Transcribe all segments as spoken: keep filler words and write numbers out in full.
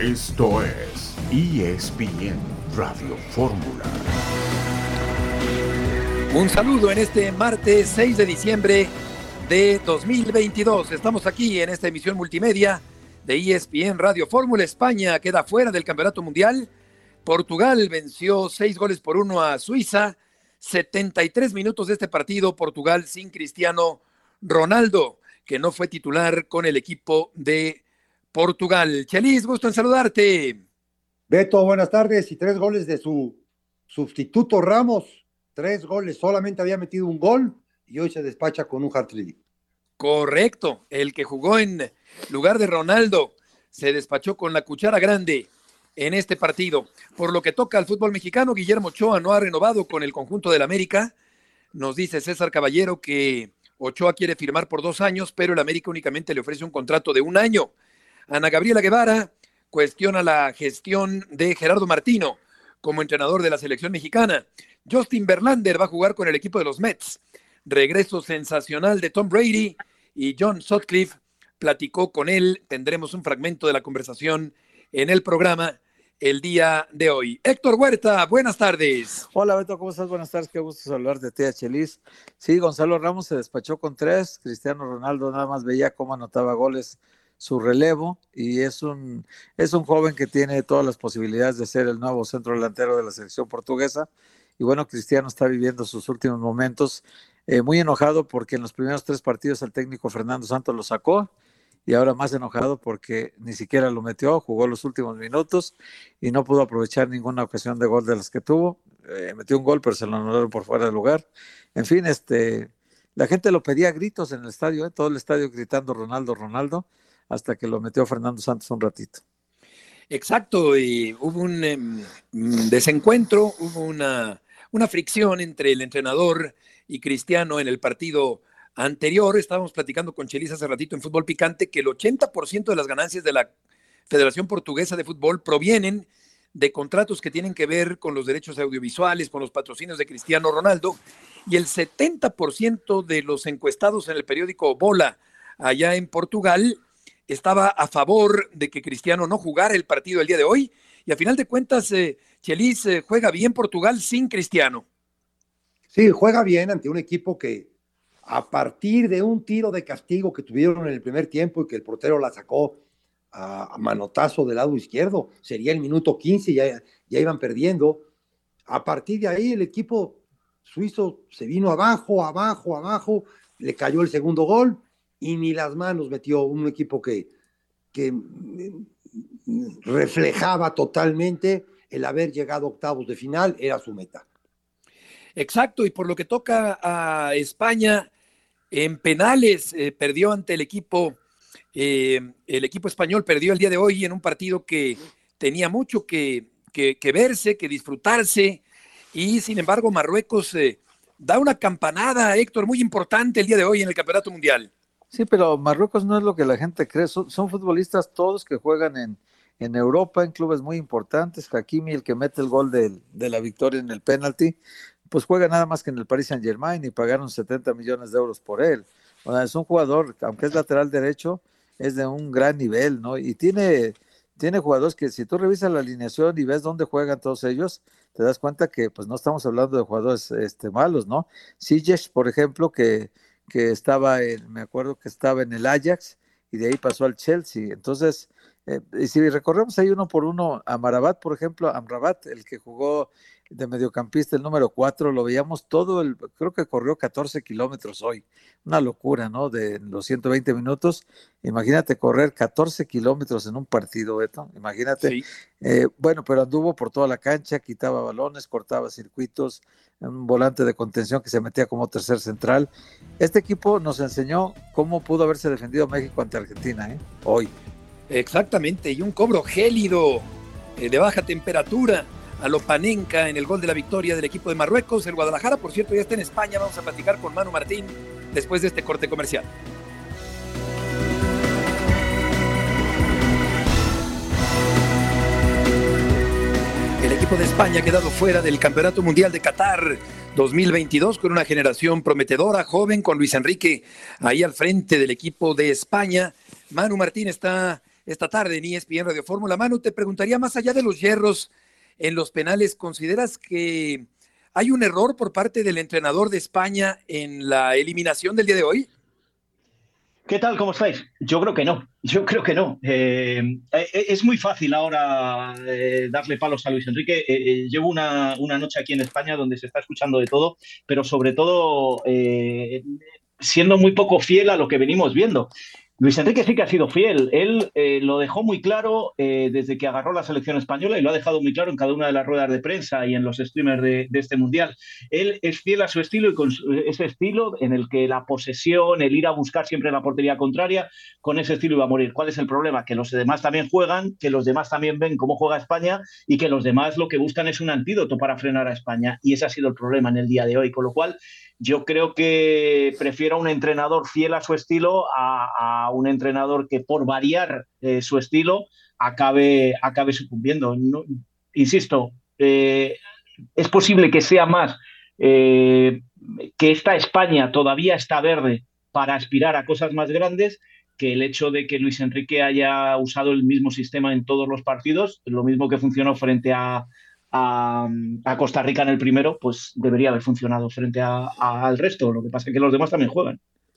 Esto es E S P N Radio Fórmula. Un saludo en este martes seis de diciembre de dos mil veintidós. Estamos aquí en esta emisión multimedia de E S P N Radio Fórmula. España queda fuera del Campeonato Mundial. Portugal venció seis goles por uno a Suiza. setenta y tres minutos de este partido, Portugal sin Cristiano Ronaldo, que no fue titular con el equipo de Portugal. Chelis, gusto en saludarte. Beto, buenas tardes. Y tres goles de su sustituto Ramos. Tres goles, solamente había metido un gol y hoy se despacha con un hat-trick. Correcto, el que jugó en lugar de Ronaldo se despachó con la cuchara grande en este partido. Por lo que toca al fútbol mexicano, Guillermo Ochoa no ha renovado con el conjunto del América. Nos dice César Caballero que Ochoa quiere firmar por dos años, pero el América únicamente le ofrece un contrato de un año. Ana Gabriela Guevara cuestiona la gestión de Gerardo Martino como entrenador de la selección mexicana. Justin Verlander va a jugar con el equipo de los Mets. Regreso sensacional de Tom Brady y John Sutcliffe platicó con él. Tendremos un fragmento de la conversación en el programa el día de hoy. Héctor Huerta, buenas tardes. Hola Beto, ¿cómo estás? Buenas tardes, qué gusto hablar de ti, Chelis. Sí, Gonzalo Ramos se despachó con tres, Cristiano Ronaldo nada más veía cómo anotaba goles su relevo, y es un, es un joven que tiene todas las posibilidades de ser el nuevo centro delantero de la selección portuguesa, y bueno, Cristiano está viviendo sus últimos momentos, eh, muy enojado porque en los primeros tres partidos el técnico Fernando Santos lo sacó, y ahora más enojado porque ni siquiera lo metió, jugó los últimos minutos y no pudo aprovechar ninguna ocasión de gol de las que tuvo. Eh, metió un gol, pero se lo anularon por fuera de lugar. En fin, este, la gente lo pedía a gritos en el estadio, ¿eh? Todo el estadio gritando Ronaldo, Ronaldo, hasta que lo metió Fernando Santos un ratito. Exacto, y hubo un eh, desencuentro, hubo una, una fricción entre el entrenador y Cristiano en el partido anterior. Estábamos platicando con Chelis hace ratito en Fútbol Picante que el ochenta por ciento de las ganancias de la Federación Portuguesa de Fútbol provienen de contratos que tienen que ver con los derechos audiovisuales, con los patrocinios de Cristiano Ronaldo, y el setenta por ciento de los encuestados en el periódico Bola allá en Portugal estaba a favor de que Cristiano no jugara el partido el día de hoy, y a final de cuentas, eh, Chelis, eh, juega bien Portugal sin Cristiano. Sí, juega bien ante un equipo que a partir de un tiro de castigo que tuvieron en el primer tiempo y que el portero la sacó a, a manotazo del lado izquierdo, sería el minuto quince, ya, ya iban perdiendo. A partir de ahí el equipo suizo se vino abajo, abajo, abajo, le cayó el segundo gol y ni las manos metió. Un equipo que, que reflejaba totalmente el haber llegado a octavos de final, era su meta. Exacto, y por lo que toca a España, en penales eh, perdió ante el equipo, eh, el equipo español perdió el día de hoy en un partido que tenía mucho que, que, que verse, que disfrutarse, y sin embargo Marruecos eh, da una campanada, Héctor, muy importante el día de hoy en el Campeonato Mundial. Sí, pero Marruecos no es lo que la gente cree, son, son futbolistas todos que juegan en, en Europa, en clubes muy importantes. Hakimi, el que mete el gol de, de la victoria en el penalti, pues juega nada más que en el Paris Saint-Germain y pagaron setenta millones de euros por él. O sea, es un jugador, aunque es lateral derecho, es de un gran nivel, ¿no? Y tiene, tiene jugadores que si tú revisas la alineación y ves dónde juegan todos ellos, te das cuenta que pues no estamos hablando de jugadores este, malos, ¿no? Ziyech, por ejemplo, que, que estaba, en, me acuerdo que estaba en el Ajax y de ahí pasó al Chelsea. Entonces, eh, y si recorremos ahí uno por uno, Amrabat, por ejemplo, Amrabat, el que jugó de mediocampista, el número cuatro, lo veíamos todo, el, creo que corrió catorce kilómetros hoy, una locura, ¿no? De los ciento veinte minutos, imagínate correr catorce kilómetros en un partido, Beto, imagínate, sí. eh, bueno, pero anduvo por toda la cancha, quitaba balones, cortaba circuitos, un volante de contención que se metía como tercer central. Este equipo nos enseñó cómo pudo haberse defendido México ante Argentina, ¿eh? Hoy. Exactamente, y un cobro gélido, eh, de baja temperatura, a lo Panenka en el gol de la victoria del equipo de Marruecos. El Guadalajara, por cierto, ya está en España. Vamos a platicar con Manu Martín después de este corte comercial. El equipo de España ha quedado fuera del Campeonato Mundial de Qatar dos mil veintidós con una generación prometedora, joven, con Luis Enrique ahí al frente del equipo de España. Manu Martín está esta tarde en E S P N Radio Fórmula. Manu, te preguntaría, más allá de los hierros en los penales, ¿consideras que hay un error por parte del entrenador de España en la eliminación del día de hoy? ¿Qué tal? ¿Cómo estáis? Yo creo que no, yo creo que no. Eh, es muy fácil ahora eh, darle palos a Luis Enrique. Eh, llevo una, una noche aquí en España donde se está escuchando de todo, pero sobre todo eh, siendo muy poco fiel a lo que venimos viendo. Luis Enrique sí que ha sido fiel. Él eh, lo dejó muy claro eh, desde que agarró la selección española y lo ha dejado muy claro en cada una de las ruedas de prensa y en los streamers de, de este Mundial. Él es fiel a su estilo y con su, ese estilo en el que la posesión, el ir a buscar siempre la portería contraria, con ese estilo iba a morir. ¿Cuál es el problema? Que los demás también juegan, que los demás también ven cómo juega España y que los demás lo que buscan es un antídoto para frenar a España. Y ese ha sido el problema en el día de hoy. Con lo cual, yo creo que prefiero a un entrenador fiel a su estilo a, a un entrenador que por variar eh, su estilo acabe, acabe sucumbiendo. No, insisto, eh, es posible que sea más eh, que esta España todavía está verde para aspirar a cosas más grandes que el hecho de que Luis Enrique haya usado el mismo sistema en todos los partidos, lo mismo que funcionó frente a A, a Costa Rica en el primero, pues debería haber funcionado frente a, a, al resto. Lo que pasa es que los demás también juegan.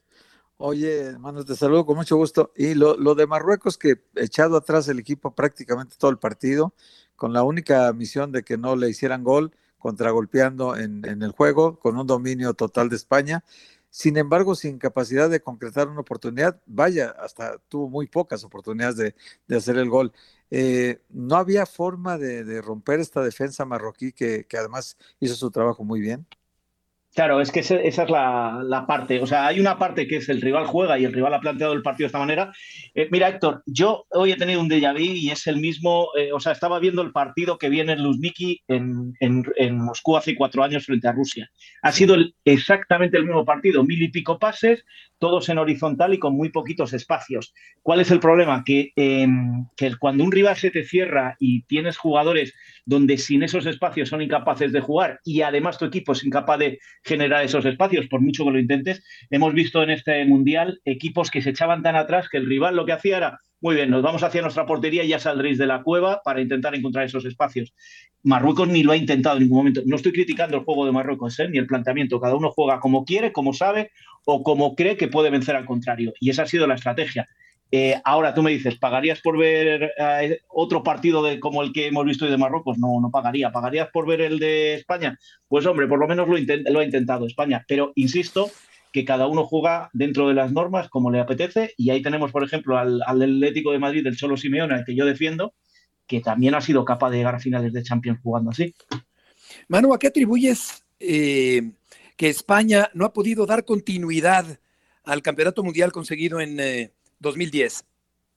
Oye, hermano, te saludo con mucho gusto. Y lo, lo de Marruecos, que echado atrás el equipo prácticamente todo el partido, con la única misión de que no le hicieran gol, contragolpeando en, en el juego, con un dominio total de España. Sin embargo, sin capacidad de concretar una oportunidad, vaya, hasta tuvo muy pocas oportunidades de, de hacer el gol. Eh, no había forma de, de romper esta defensa marroquí que, que además hizo su trabajo muy bien. Claro, es que ese, esa es la, la parte. O sea, hay una parte que es el rival juega y el rival ha planteado el partido de esta manera. Eh, mira, Héctor, yo hoy he tenido un déjà vu y es el mismo. Eh, o sea, estaba viendo el partido que viene en Luzhniki en, en, en Moscú hace cuatro años frente a Rusia. Ha sido el, exactamente el mismo partido, mil y pico pases, todos en horizontal y con muy poquitos espacios. ¿Cuál es el problema? Que, eh, que cuando un rival se te cierra y tienes jugadores donde sin esos espacios son incapaces de jugar y además tu equipo es incapaz de generar esos espacios, por mucho que lo intentes. Hemos visto en este Mundial equipos que se echaban tan atrás que el rival lo que hacía era, muy bien, nos vamos hacia nuestra portería y ya saldréis de la cueva para intentar encontrar esos espacios. Marruecos ni lo ha intentado en ningún momento. No estoy criticando el juego de Marruecos, ¿eh? Ni el planteamiento. Cada uno juega como quiere, como sabe o como cree que puede vencer al contrario. Y esa ha sido la estrategia. Eh, ahora tú me dices, ¿pagarías por ver eh, otro partido de, como el que hemos visto hoy de Marruecos? No, no pagaría. ¿Pagarías por ver el de España? Pues hombre, por lo menos lo, intent lo ha intentado España. Pero insisto que cada uno juega dentro de las normas como le apetece y ahí tenemos, por ejemplo, al, al Atlético de Madrid del Cholo Simeone, al que yo defiendo, que también ha sido capaz de llegar a finales de Champions jugando así. Manu, ¿a qué atribuyes eh, que España no ha podido dar continuidad al campeonato mundial conseguido en eh, dos mil diez?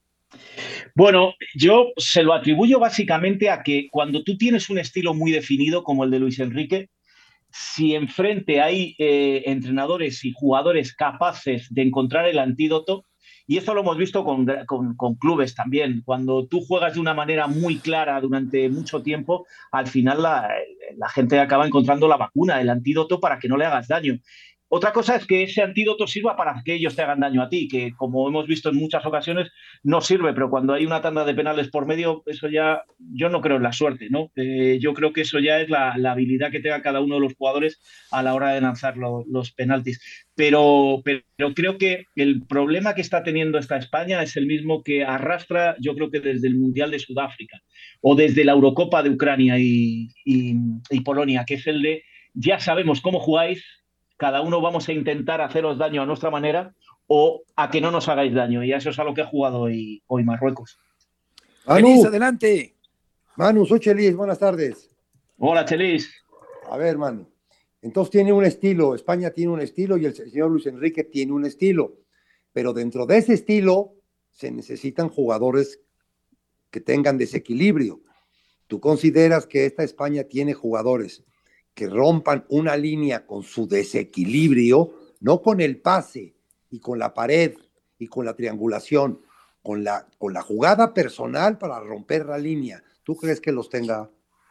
Bueno, yo se lo atribuyo básicamente a que cuando tú tienes un estilo muy definido como el de Luis Enrique, si enfrente hay eh, entrenadores y jugadores capaces de encontrar el antídoto, y esto lo hemos visto con, con, con clubes también, cuando tú juegas de una manera muy clara durante mucho tiempo, al final la, la gente acaba encontrando la vacuna, el antídoto para que no le hagas daño. Otra cosa es que ese antídoto sirva para que ellos te hagan daño a ti, que como hemos visto en muchas ocasiones no sirve, pero cuando hay una tanda de penales por medio, eso ya, yo no creo en la suerte, ¿no? Eh, yo creo que eso ya es la, la habilidad que tenga cada uno de los jugadores a la hora de lanzar lo, los penaltis. Pero, pero creo que el problema que está teniendo esta España es el mismo que arrastra, yo creo que desde el Mundial de Sudáfrica o desde la Eurocopa de Ucrania y, y, y Polonia, que es el de ya sabemos cómo jugáis, cada uno vamos a intentar haceros daño a nuestra manera o a que no nos hagáis daño. Y eso es a lo que ha jugado hoy, hoy Marruecos. Manu, Chelis, adelante. Manu, soy Chelis, buenas tardes. Hola, Chelis. A ver, Manu. Entonces tiene un estilo, España tiene un estilo y el señor Luis Enrique tiene un estilo. Pero dentro de ese estilo se necesitan jugadores que tengan desequilibrio. ¿Tú consideras que esta España tiene jugadores que rompan una línea con su desequilibrio, no con el pase y con la pared y con la triangulación, con la, con la jugada personal para romper la línea? ¿Tú crees que los tenga?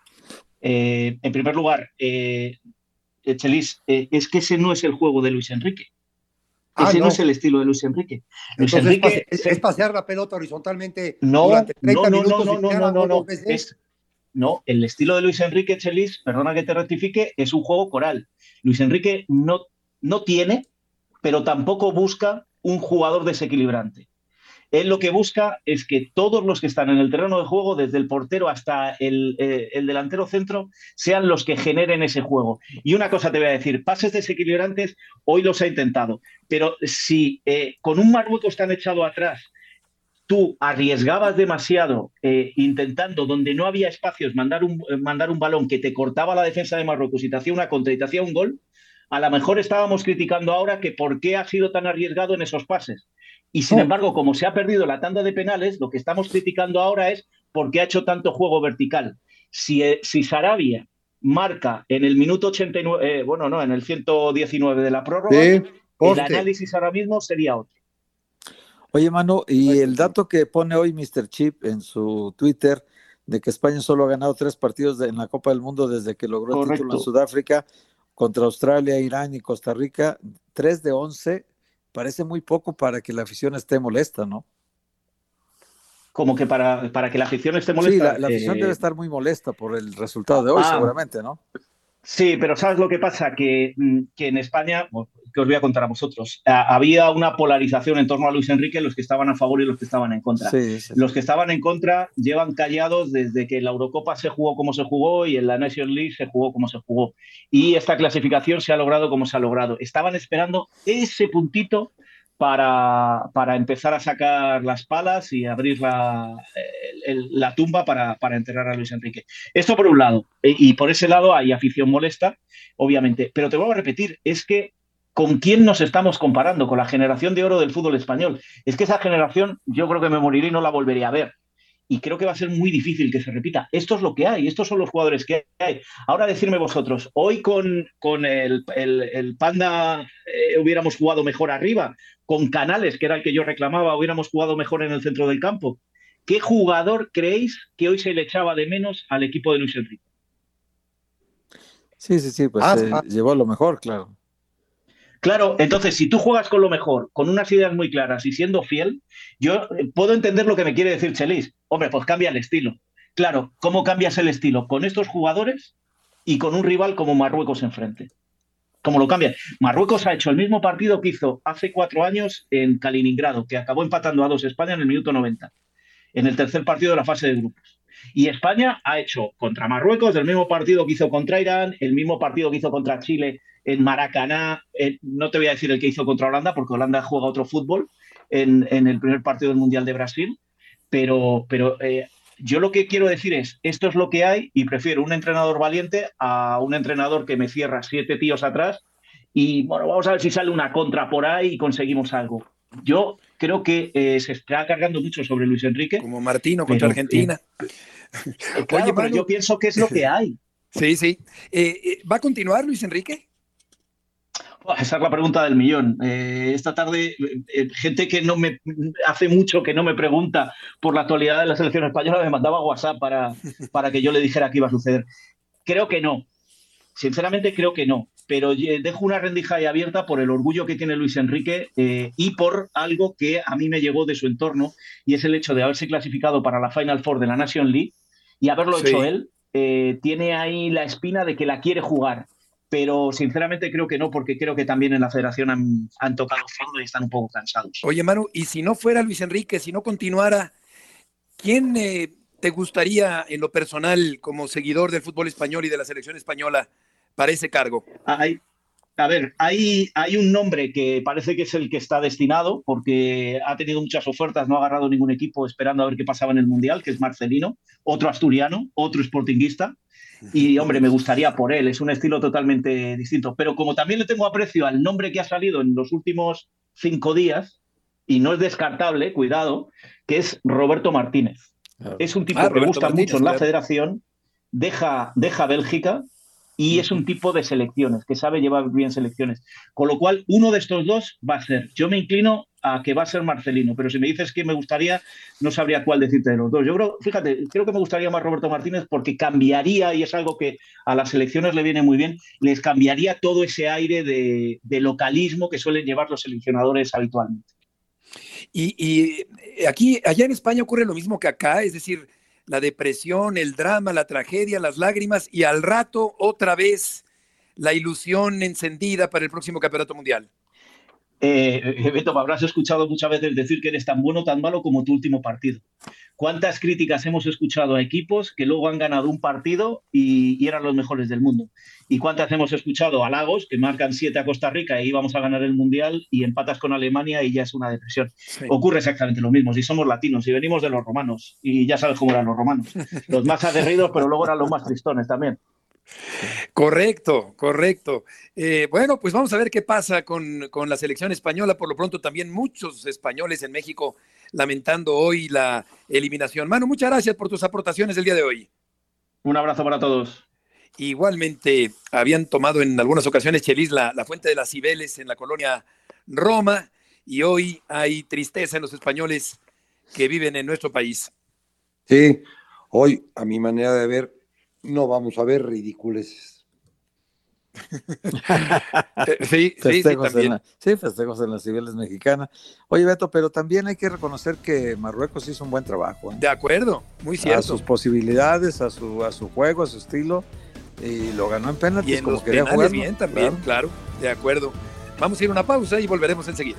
Eh, en primer lugar, eh, Chelis, eh, es que ese no es el juego de Luis Enrique. Ah, Ese no. no es el estilo de Luis Enrique. Luis Entonces Enrique es, pase- se- es pasear la pelota horizontalmente no, durante treinta no, no, no, minutos no, y no, meter no, a no, gol dos no. veces. Es, no, el estilo de Luis Enrique, Chelis, perdona que te rectifique, es un juego coral. Luis Enrique no, no tiene, pero tampoco busca un jugador desequilibrante. Él lo que busca es que todos los que están en el terreno de juego, desde el portero hasta el, eh, el delantero centro, sean los que generen ese juego. Y una cosa te voy a decir, pases desequilibrantes, hoy los ha intentado, pero si eh, con un Marruecos tan echado atrás, tú arriesgabas demasiado eh, intentando, donde no había espacios, mandar un, eh, mandar un balón que te cortaba la defensa de Marruecos y te hacía una contra y te hacía un gol, a lo mejor estábamos criticando ahora que por qué ha sido tan arriesgado en esos pases. Y sin No. embargo, como se ha perdido la tanda de penales, lo que estamos criticando ahora es por qué ha hecho tanto juego vertical. Si, eh, si Sarabia marca en el minuto ochenta y nueve, eh, bueno, no, en el ciento diecinueve de la prórroga, Sí, el poste. análisis ahora mismo sería otro. Oye, Manu, y el dato que pone hoy mister Chip en su Twitter de que España solo ha ganado tres partidos de, en la Copa del Mundo desde que logró el título en Correcto. Sudáfrica contra Australia, Irán y Costa Rica, tres de once, parece muy poco para que la afición esté molesta, ¿no? Como que para, para que la afición esté Sí, molesta. la, la afición eh, debe estar muy molesta por el resultado de hoy, ah, seguramente, ¿no? Sí, pero ¿sabes lo que pasa? Que, mm, que en España, bueno, que os voy a contar a vosotros, a- había una polarización en torno a Luis Enrique, los que estaban a favor y los que estaban en contra. Sí, sí, sí. Los que estaban en contra llevan callados desde que la Eurocopa se jugó como se jugó y en la Nations League se jugó como se jugó. Y esta clasificación se ha logrado como se ha logrado. Estaban esperando ese puntito para, para empezar a sacar las palas y abrir la, el- el- la tumba para, para enterrar a Luis Enrique. Esto por un lado. E- Y por ese lado hay afición molesta, obviamente. Pero te vuelvo a repetir, es que ¿con quién nos estamos comparando? Con la generación de oro del fútbol español. Es que esa generación yo creo que me moriré y no la volveré a ver. Y creo que va a ser muy difícil que se repita. Esto es lo que hay, estos son los jugadores que hay. Ahora decirme vosotros, hoy con, con el, el, el Panda eh, hubiéramos jugado mejor arriba, con Canales, que era el que yo reclamaba, hubiéramos jugado mejor en el centro del campo. ¿Qué jugador creéis que hoy se le echaba de menos al equipo de Luis Enrique? Sí, sí, sí, pues Ah, eh, ah. llevó lo mejor, claro. Claro, entonces si tú juegas con lo mejor, con unas ideas muy claras y siendo fiel, yo eh, puedo entender lo que me quiere decir Chelis. Hombre, pues cambia el estilo. Claro, ¿cómo cambias el estilo? Con estos jugadores y con un rival como Marruecos enfrente. ¿Cómo lo cambias? Marruecos ha hecho el mismo partido que hizo hace cuatro años en Kaliningrado, que acabó empatando a dos España en el minuto noventa, en el tercer partido de la fase de grupos. Y España ha hecho contra Marruecos el mismo partido que hizo contra Irán, el mismo partido que hizo contra Chile en Maracaná, eh, no te voy a decir el que hizo contra Holanda, porque Holanda juega otro fútbol en, en el primer partido del Mundial de Brasil, pero, pero eh, yo lo que quiero decir es, esto es lo que hay y prefiero un entrenador valiente a un entrenador que me cierra siete tíos atrás y bueno, vamos a ver si sale una contra por ahí y conseguimos algo. Yo creo que eh, se está cargando mucho sobre Luis Enrique. Como Martino contra pero, Argentina. Eh, claro, Oye, pero Manu. yo pienso que es lo que hay. Sí, sí. Eh, eh, ¿Va a continuar Luis Enrique? Esa es la pregunta del millón. Eh, esta tarde, eh, gente que no me hace mucho que no me pregunta por la actualidad de la selección española me mandaba WhatsApp para, para que yo le dijera qué iba a suceder. Creo que no. Sinceramente creo que no. Pero eh, dejo una rendija ahí abierta por el orgullo que tiene Luis Enrique eh, y por algo que a mí me llegó de su entorno y es el hecho de haberse clasificado para la Final Four de la Nation League y haberlo Sí. hecho él. Eh, tiene ahí la espina de que la quiere jugar. Pero sinceramente creo que no, porque creo que también en la federación han, han tocado fondo y están un poco cansados. Oye, Manu, y si no fuera Luis Enrique, si no continuara, ¿quién eh, te gustaría en lo personal como seguidor del fútbol español y de la selección española para ese cargo? Hay, a ver, hay, hay un nombre que parece que es el que está destinado, porque ha tenido muchas ofertas, no ha agarrado ningún equipo esperando a ver qué pasaba en el Mundial, que es Marcelino, otro asturiano, otro sportinguista. Y, hombre, me gustaría por él, es un estilo totalmente distinto. Pero como también le tengo aprecio al nombre que ha salido en los últimos cinco días, y no es descartable, cuidado, que es Roberto Martínez. Claro. Es un tipo Ah, que Roberto gusta Martínez, mucho en la claro. federación, deja, deja Bélgica y es un tipo de selecciones, que sabe llevar bien selecciones. Con lo cual, uno de estos dos va a ser. Yo me inclino a que va a ser Marcelino, pero si me dices que me gustaría, no sabría cuál decirte de los dos. Yo creo, fíjate, creo que me gustaría más Roberto Martínez porque cambiaría, y es algo que a las selecciones le viene muy bien, les cambiaría todo ese aire de, de localismo que suelen llevar los seleccionadores habitualmente. Y, y aquí, allá en España ocurre lo mismo que acá, es decir, la depresión, el drama, la tragedia, las lágrimas y al rato otra vez la ilusión encendida para el próximo campeonato mundial. Eh, Beto, me habrás escuchado muchas veces decir que eres tan bueno o tan malo como tu último partido. ¿Cuántas críticas hemos escuchado a equipos que luego han ganado un partido y, y eran los mejores del mundo? ¿Y cuántas hemos escuchado halagos que marcan siete a Costa Rica y íbamos a ganar el Mundial y empatas con Alemania y ya es una depresión? Sí. Ocurre exactamente lo mismo. Si somos latinos y venimos de los romanos, y ya sabes cómo eran los romanos, los más aguerridos, pero luego eran los más tristones también. Correcto, correcto. Eh, bueno, pues vamos a ver qué pasa con, con la selección española. Por lo pronto también muchos españoles en México lamentando hoy la eliminación. Manu, muchas gracias por tus aportaciones del día de hoy. Un abrazo para todos. Igualmente, habían tomado en algunas ocasiones, Chelis, la, la fuente de las Cibeles en la colonia Roma, y hoy hay tristeza en los españoles que viven en nuestro país. Sí, hoy, a mi manera de ver, no vamos a ver ridiculeces. sí, sí, sí, también. La, sí, festejos en las Cibeles mexicanas. Oye, Beto, pero también hay que reconocer que Marruecos hizo un buen trabajo, ¿eh? De acuerdo, muy cierto. A sus posibilidades, a su, a su juego, a su estilo, y lo ganó en penaltis. Y en como los quería penales jugar, bien también, claro. claro, de acuerdo. Vamos a ir a una pausa y volveremos enseguida.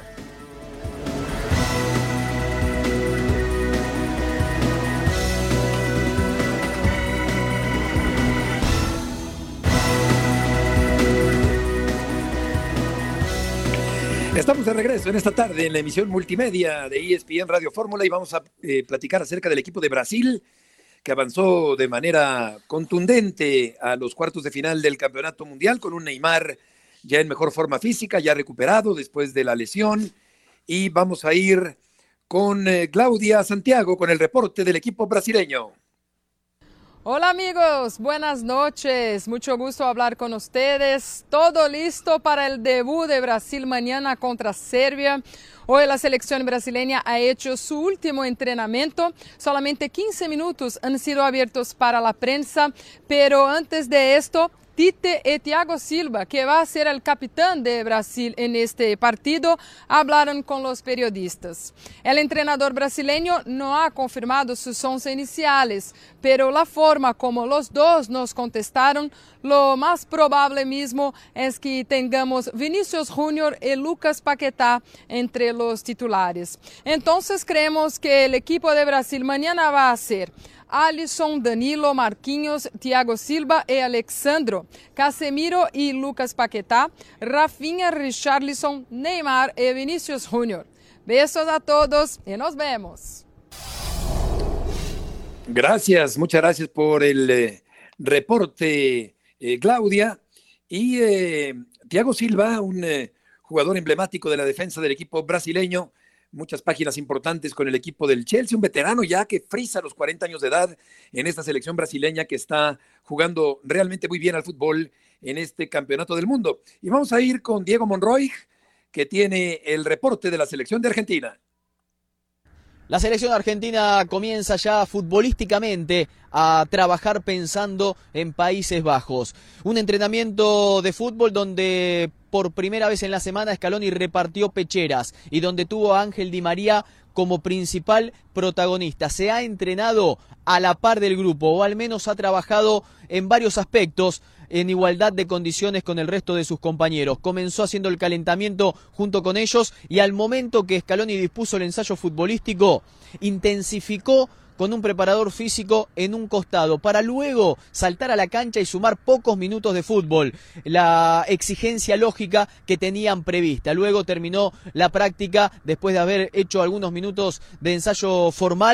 Estamos de regreso en esta tarde en la emisión multimedia de E S P N Radio Fórmula y vamos a eh, platicar acerca del equipo de Brasil que avanzó de manera contundente a los cuartos de final del Campeonato Mundial con un Neymar ya en mejor forma física, ya recuperado después de la lesión. Y vamos a ir con eh, Claudia Santiago con el reporte del equipo brasileño. Hola amigos, buenas noches, mucho gusto hablar con ustedes. Todo listo para el debut de Brasil mañana contra Serbia. Hoy la selección brasileña ha hecho su último entrenamiento. Solamente quince minutos han sido abiertos para la prensa, pero antes de esto, Tite y Thiago Silva, que va a ser el capitán de Brasil en este partido, hablaron con los periodistas. El entrenador brasileño no ha confirmado sus once iniciales, pero la forma como los dos nos contestaron, lo más probable mismo es que tengamos Vinícius Júnior y Lucas Paquetá entre los titulares. Entonces creemos que el equipo de Brasil mañana va a ser Alisson, Danilo, Marquinhos, Thiago Silva y Alexandro, Casemiro y Lucas Paquetá, Rafinha, Richarlison, Neymar y Vinícius Júnior. Besos a todos y nos vemos. Gracias, muchas gracias por el eh, reporte, eh, Claudia. Y eh, Thiago Silva, un eh, jugador emblemático de la defensa del equipo brasileño, muchas páginas importantes con el equipo del Chelsea, un veterano ya que frisa los cuarenta años de edad en esta selección brasileña que está jugando realmente muy bien al fútbol en este campeonato del mundo. Y vamos a ir con Diego Monroy, que tiene el reporte de la selección de Argentina. La selección argentina comienza ya futbolísticamente a trabajar pensando en Países Bajos. Un entrenamiento de fútbol donde por primera vez en la semana Scaloni repartió pecheras y donde tuvo a Ángel Di María como principal protagonista. Se ha entrenado a la par del grupo, o al menos ha trabajado en varios aspectos en igualdad de condiciones con el resto de sus compañeros. Comenzó haciendo el calentamiento junto con ellos y al momento que Scaloni dispuso el ensayo futbolístico, intensificó con un preparador físico en un costado, para luego saltar a la cancha y sumar pocos minutos de fútbol, la exigencia lógica que tenían prevista. Luego terminó la práctica, después de haber hecho algunos minutos de ensayo formal,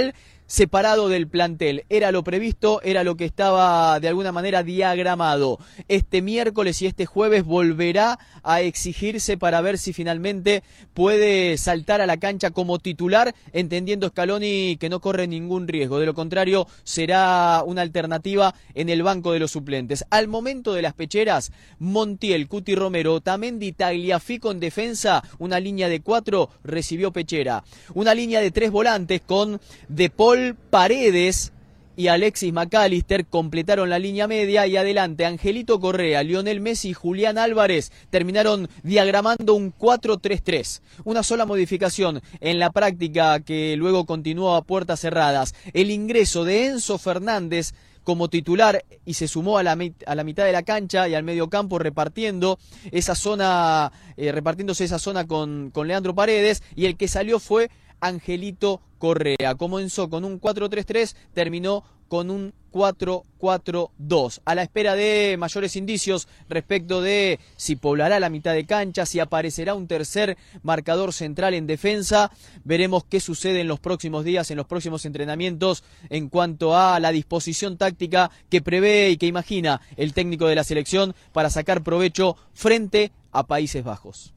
separado del plantel. Era lo previsto, era lo que estaba de alguna manera diagramado. Este miércoles y este jueves volverá a exigirse para ver si finalmente puede saltar a la cancha como titular, entendiendo Scaloni que no corre ningún riesgo. De lo contrario, será una alternativa en el banco de los suplentes. Al momento de las pecheras, Montiel, Cuti Romero, Otamendi, Tagliafico en defensa, una línea de cuatro, recibió Pechera. Una línea de tres volantes con De Paul, Paredes y Alexis McAllister completaron la línea media, y adelante Angelito Correa, Lionel Messi y Julián Álvarez terminaron diagramando un cuatro tres tres. Una sola modificación en la práctica que luego continuó a puertas cerradas: el ingreso de Enzo Fernández como titular, y se sumó a la, a la mitad de la cancha y al medio campo, repartiendo esa zona, eh, repartiéndose esa zona con, con Leandro Paredes, y el que salió fue Angelito Correa. Comenzó con un cuatro tres tres, terminó con un cuatro cuatro dos. A la espera de mayores indicios respecto de si poblará la mitad de cancha, si aparecerá un tercer marcador central en defensa, veremos qué sucede en los próximos días, en los próximos entrenamientos, en cuanto a la disposición táctica que prevé y que imagina el técnico de la selección para sacar provecho frente a Países Bajos.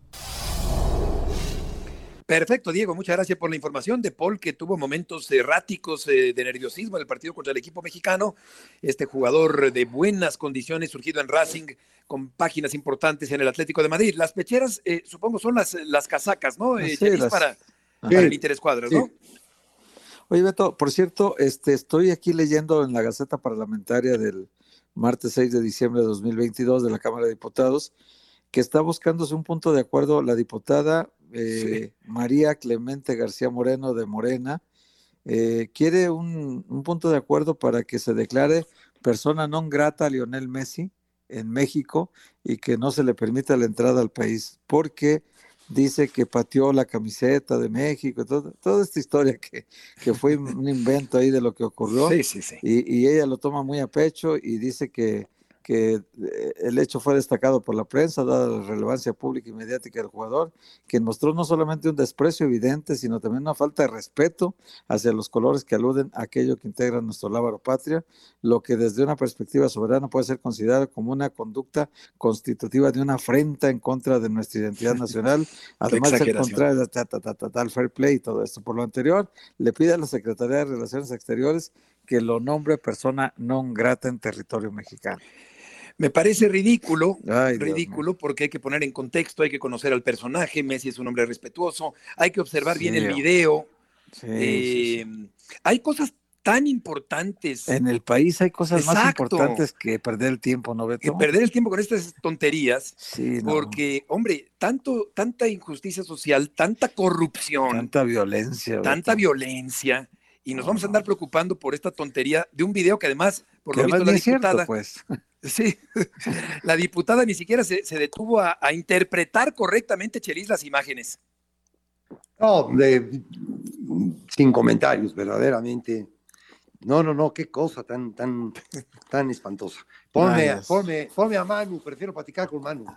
Perfecto, Diego, muchas gracias por la información. De Paul, que tuvo momentos erráticos eh, de nerviosismo en el partido contra el equipo mexicano. Este jugador de buenas condiciones, surgido en Racing, con páginas importantes en el Atlético de Madrid. Las pecheras, eh, supongo, son las, las casacas, ¿no? Eh, Sí, las... para, para el Interescuadras, ¿no? Sí. Oye, Beto, por cierto, este, estoy aquí leyendo en la Gaceta Parlamentaria del martes seis de diciembre de dos mil veintidós de la Cámara de Diputados que está buscándose un punto de acuerdo la diputada eh, sí. María Clemente García Moreno de Morena. Eh, quiere un, un punto de acuerdo para que se declare persona non grata a Lionel Messi en México y que no se le permita la entrada al país, porque dice que pateó la camiseta de México, todo, toda esta historia que, que fue un invento ahí de lo que ocurrió. Sí, sí, sí. Y, y ella lo toma muy a pecho y dice que que el hecho fue destacado por la prensa, dada la relevancia pública y mediática del jugador, quien mostró no solamente un desprecio evidente, sino también una falta de respeto hacia los colores que aluden a aquello que integra nuestro lábaro patria, lo que desde una perspectiva soberana puede ser considerado como una conducta constitutiva de una afrenta en contra de nuestra identidad nacional, además de ser contrario a ta, ta, ta, ta, tal fair play y todo esto. Por lo anterior, le pide a la Secretaría de Relaciones Exteriores que lo nombre persona non grata en territorio mexicano. Me parece ridículo, Ay, ridículo, porque hay que poner en contexto, hay que conocer al personaje. Messi es un hombre respetuoso, hay que observar sí, bien el video. Sí, eh, sí, sí. Hay cosas tan importantes. En el país hay cosas Exacto. más importantes que perder el tiempo, ¿no, Beto? Que perder el tiempo con estas tonterías, sí, no. porque, hombre, tanto, tanta injusticia social, tanta corrupción. Tanta violencia. Tanta Beto. violencia. Y nos no, vamos a andar preocupando por esta tontería de un video que además, por que lo visto, la diputada, cierto, pues. Sí, la diputada ni siquiera se, se detuvo a, a interpretar correctamente, Chelis, las imágenes. No, de, sin comentarios, verdaderamente. No, no, no, qué cosa tan, tan, tan espantosa. Ponme, a, ponme, ponme a Manu, prefiero platicar con Manu.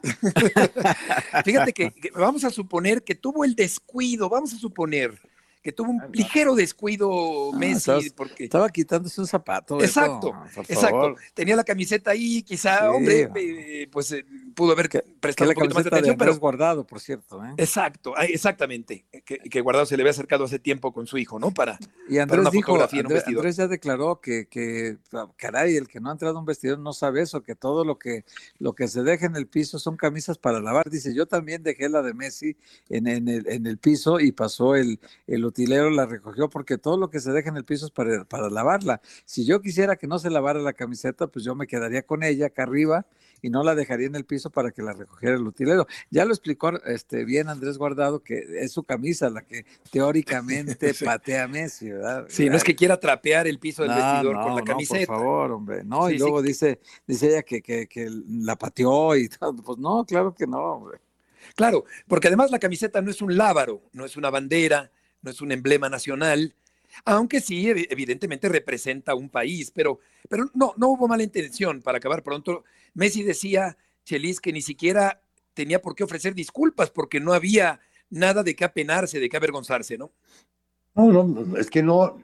Fíjate que, que vamos a suponer que tuvo el descuido, vamos a suponer que tuvo un ligero descuido Messi. Ah, estabas, porque estaba quitándose un zapato. Exacto, Beto, exacto. Tenía la camiseta ahí, quizá, sí, hombre, eh, pues eh, pudo haber que, prestado que un poquito más de atención. De pero Guardado, por cierto. ¿eh? Exacto, exactamente. Que, que Guardado se le había acercado hace tiempo con su hijo, ¿no? Para, y Andrés para una dijo, fotografía en un Andrés, vestidor. Andrés ya declaró que, que, caray, el que no ha entrado a un vestidor no sabe eso, que todo lo que, lo que se deja en el piso son camisas para lavar. Dice, yo también dejé la de Messi en, en, el, en el piso y pasó el, el utilero, la recogió porque todo lo que se deja en el piso es para, para lavarla. Si yo quisiera que no se lavara la camiseta, pues yo me quedaría con ella acá arriba y no la dejaría en el piso para que la recogiera el utilero. Ya lo explicó este, bien Andrés Guardado, que es su camisa la que teóricamente sí. patea a Messi, ¿verdad? Sí, no es que quiera trapear el piso del no, vestidor no, con la camiseta. No, por favor, hombre. No, sí, y luego sí. dice, dice ella que, que, que la pateó y todo. Pues no, claro que no, hombre. Claro, porque además la camiseta no es un lábaro, no es una bandera, no es un emblema nacional, aunque sí, evidentemente representa un país, pero, pero no, no hubo mala intención. Para acabar pronto, Messi decía, Chelis, que ni siquiera tenía por qué ofrecer disculpas porque no había nada de qué apenarse, de qué avergonzarse, ¿no? No, no, es que no,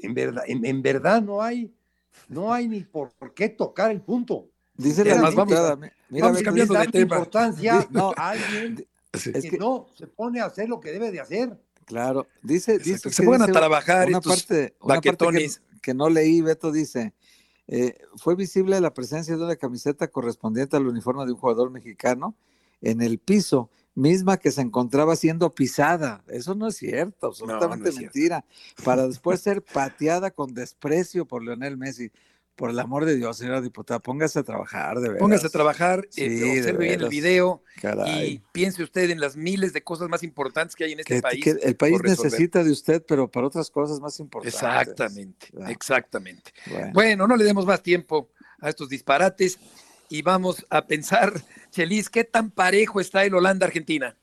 en verdad, en, en verdad no hay, no hay ni por qué tocar el punto. Dice la Además, vamos, diputada, mira, vamos Beto, cambiando le de da tema. importancia No, a alguien Sí. que, es que, no se pone a hacer lo que debe de hacer. claro, dice, Exacto, dice que se que pongan a dice trabajar una estos parte, una parte que, baquetones. que no leí, Beto dice, eh, fue visible la presencia de una camiseta correspondiente al uniforme de un jugador mexicano en el piso, misma que se encontraba siendo pisada. Eso no es cierto, absolutamente No, no es cierto. mentira, para después ser pateada con desprecio por Lionel Messi. Por el amor de Dios, señora diputada, póngase a trabajar, de verdad. Póngase a trabajar, Sí, eh, de observe bien el veras. video Caray. y piense usted en las miles de cosas más importantes que hay en este Que, país. que el país por resolver. necesita de usted, pero para otras cosas más importantes. Exactamente, Ah, exactamente. bueno. Bueno, no le demos más tiempo a estos disparates y vamos a pensar, Chelis, ¿qué tan parejo está el Holanda-Argentina?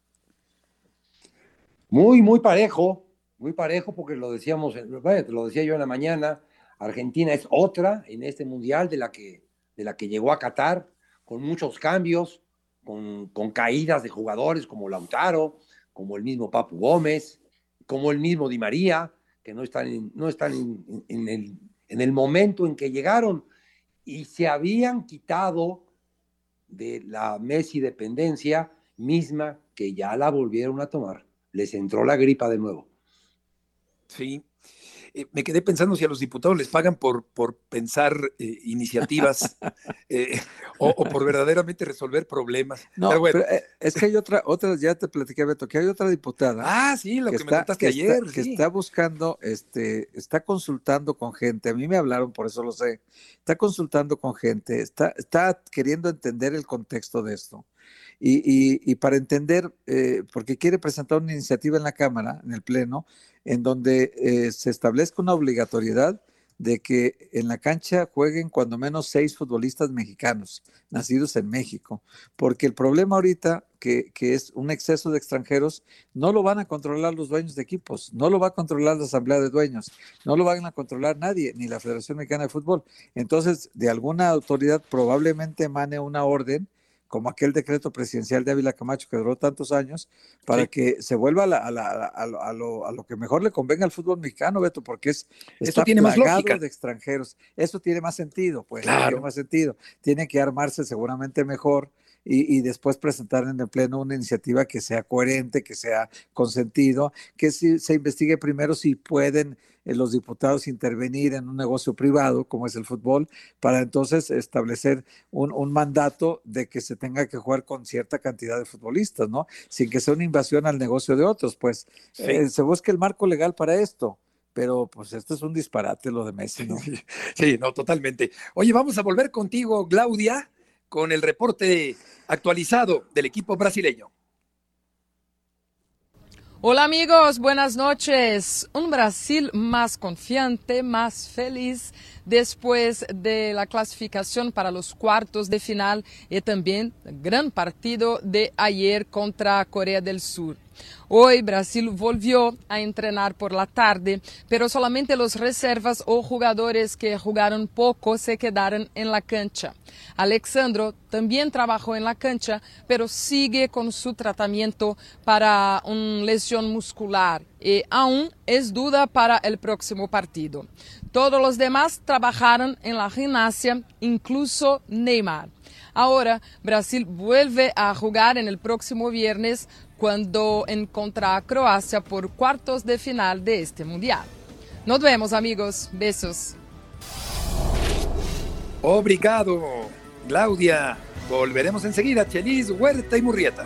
Muy, muy parejo, muy parejo, porque lo decíamos, bueno, te lo decía yo en la mañana, Argentina es otra en este mundial de la que, de la que llegó a Qatar, con muchos cambios, con, con caídas de jugadores como Lautaro, como el mismo Papu Gómez, como el mismo Di María, que no están, en, no están en, en, el, en el momento en que llegaron, y se habían quitado de la Messi dependencia misma que ya la volvieron a tomar. Les entró la gripa de nuevo. Sí. Eh, me quedé pensando si a los diputados les pagan por, por pensar eh, iniciativas eh, o, o por verdaderamente resolver problemas. No, pero bueno. pero, eh, es que hay otra, otra, ya te platiqué, Beto, que hay otra diputada. Ah, sí, lo que, que me está, contaste que ayer. Está, que sí. está buscando, este, está consultando con gente, a mí me hablaron, por eso lo sé, está consultando con gente, está, está queriendo entender el contexto de esto. Y, y, y para entender, eh, porque quiere presentar una iniciativa en la Cámara, en el Pleno, en donde eh, se establezca una obligatoriedad de que en la cancha jueguen cuando menos seis futbolistas mexicanos, nacidos en México, porque el problema ahorita, que, que es un exceso de extranjeros, no lo van a controlar los dueños de equipos, no lo va a controlar la Asamblea de Dueños, no lo van a controlar nadie, ni la Federación Mexicana de Fútbol. Entonces, de alguna autoridad probablemente emane una orden, como aquel decreto presidencial de Ávila Camacho que duró tantos años, para sí. que se vuelva a, la, a, la, a, lo, a, lo, a lo que mejor le convenga al fútbol mexicano, Beto, porque es, está tiene plagado más lógica. de extranjeros. Eso tiene más sentido, pues, claro. tiene más sentido. Tiene que armarse seguramente mejor y, y después presentar en el Pleno una iniciativa que sea coherente, que sea consentido, que si, se investigue primero si pueden eh, los diputados intervenir en un negocio privado, como es el fútbol, para entonces establecer un, un mandato de que se tenga que jugar con cierta cantidad de futbolistas, ¿no? Sin que sea una invasión al negocio de otros, pues sí. eh, se busca el marco legal para esto. Pero pues esto es un disparate lo de Messi, ¿no? Sí, no, totalmente. Oye, vamos a volver contigo, Claudia, con el reporte actualizado del equipo brasileño. Hola amigos, buenas noches. Un Brasil más confiante, más feliz después de la clasificación para los cuartos de final y también el gran partido de ayer contra Corea del Sur. Hoy Brasil volvió a entrenar por la tarde, pero solamente los reservas o jugadores que jugaron poco se quedaron en la cancha. Alexandro también trabajó en la cancha, pero sigue con su tratamiento para una lesión muscular y aún es duda para el próximo partido. Todos los demás trabajaron en la gimnasia, incluso Neymar. Ahora Brasil vuelve a jugar en el próximo viernes cuando encontrará a Croacia por cuartos de final de este mundial. Nos vemos, amigos. Besos. Obrigado, Claudia. Volveremos enseguida. Chelis, Huerta y Murrieta.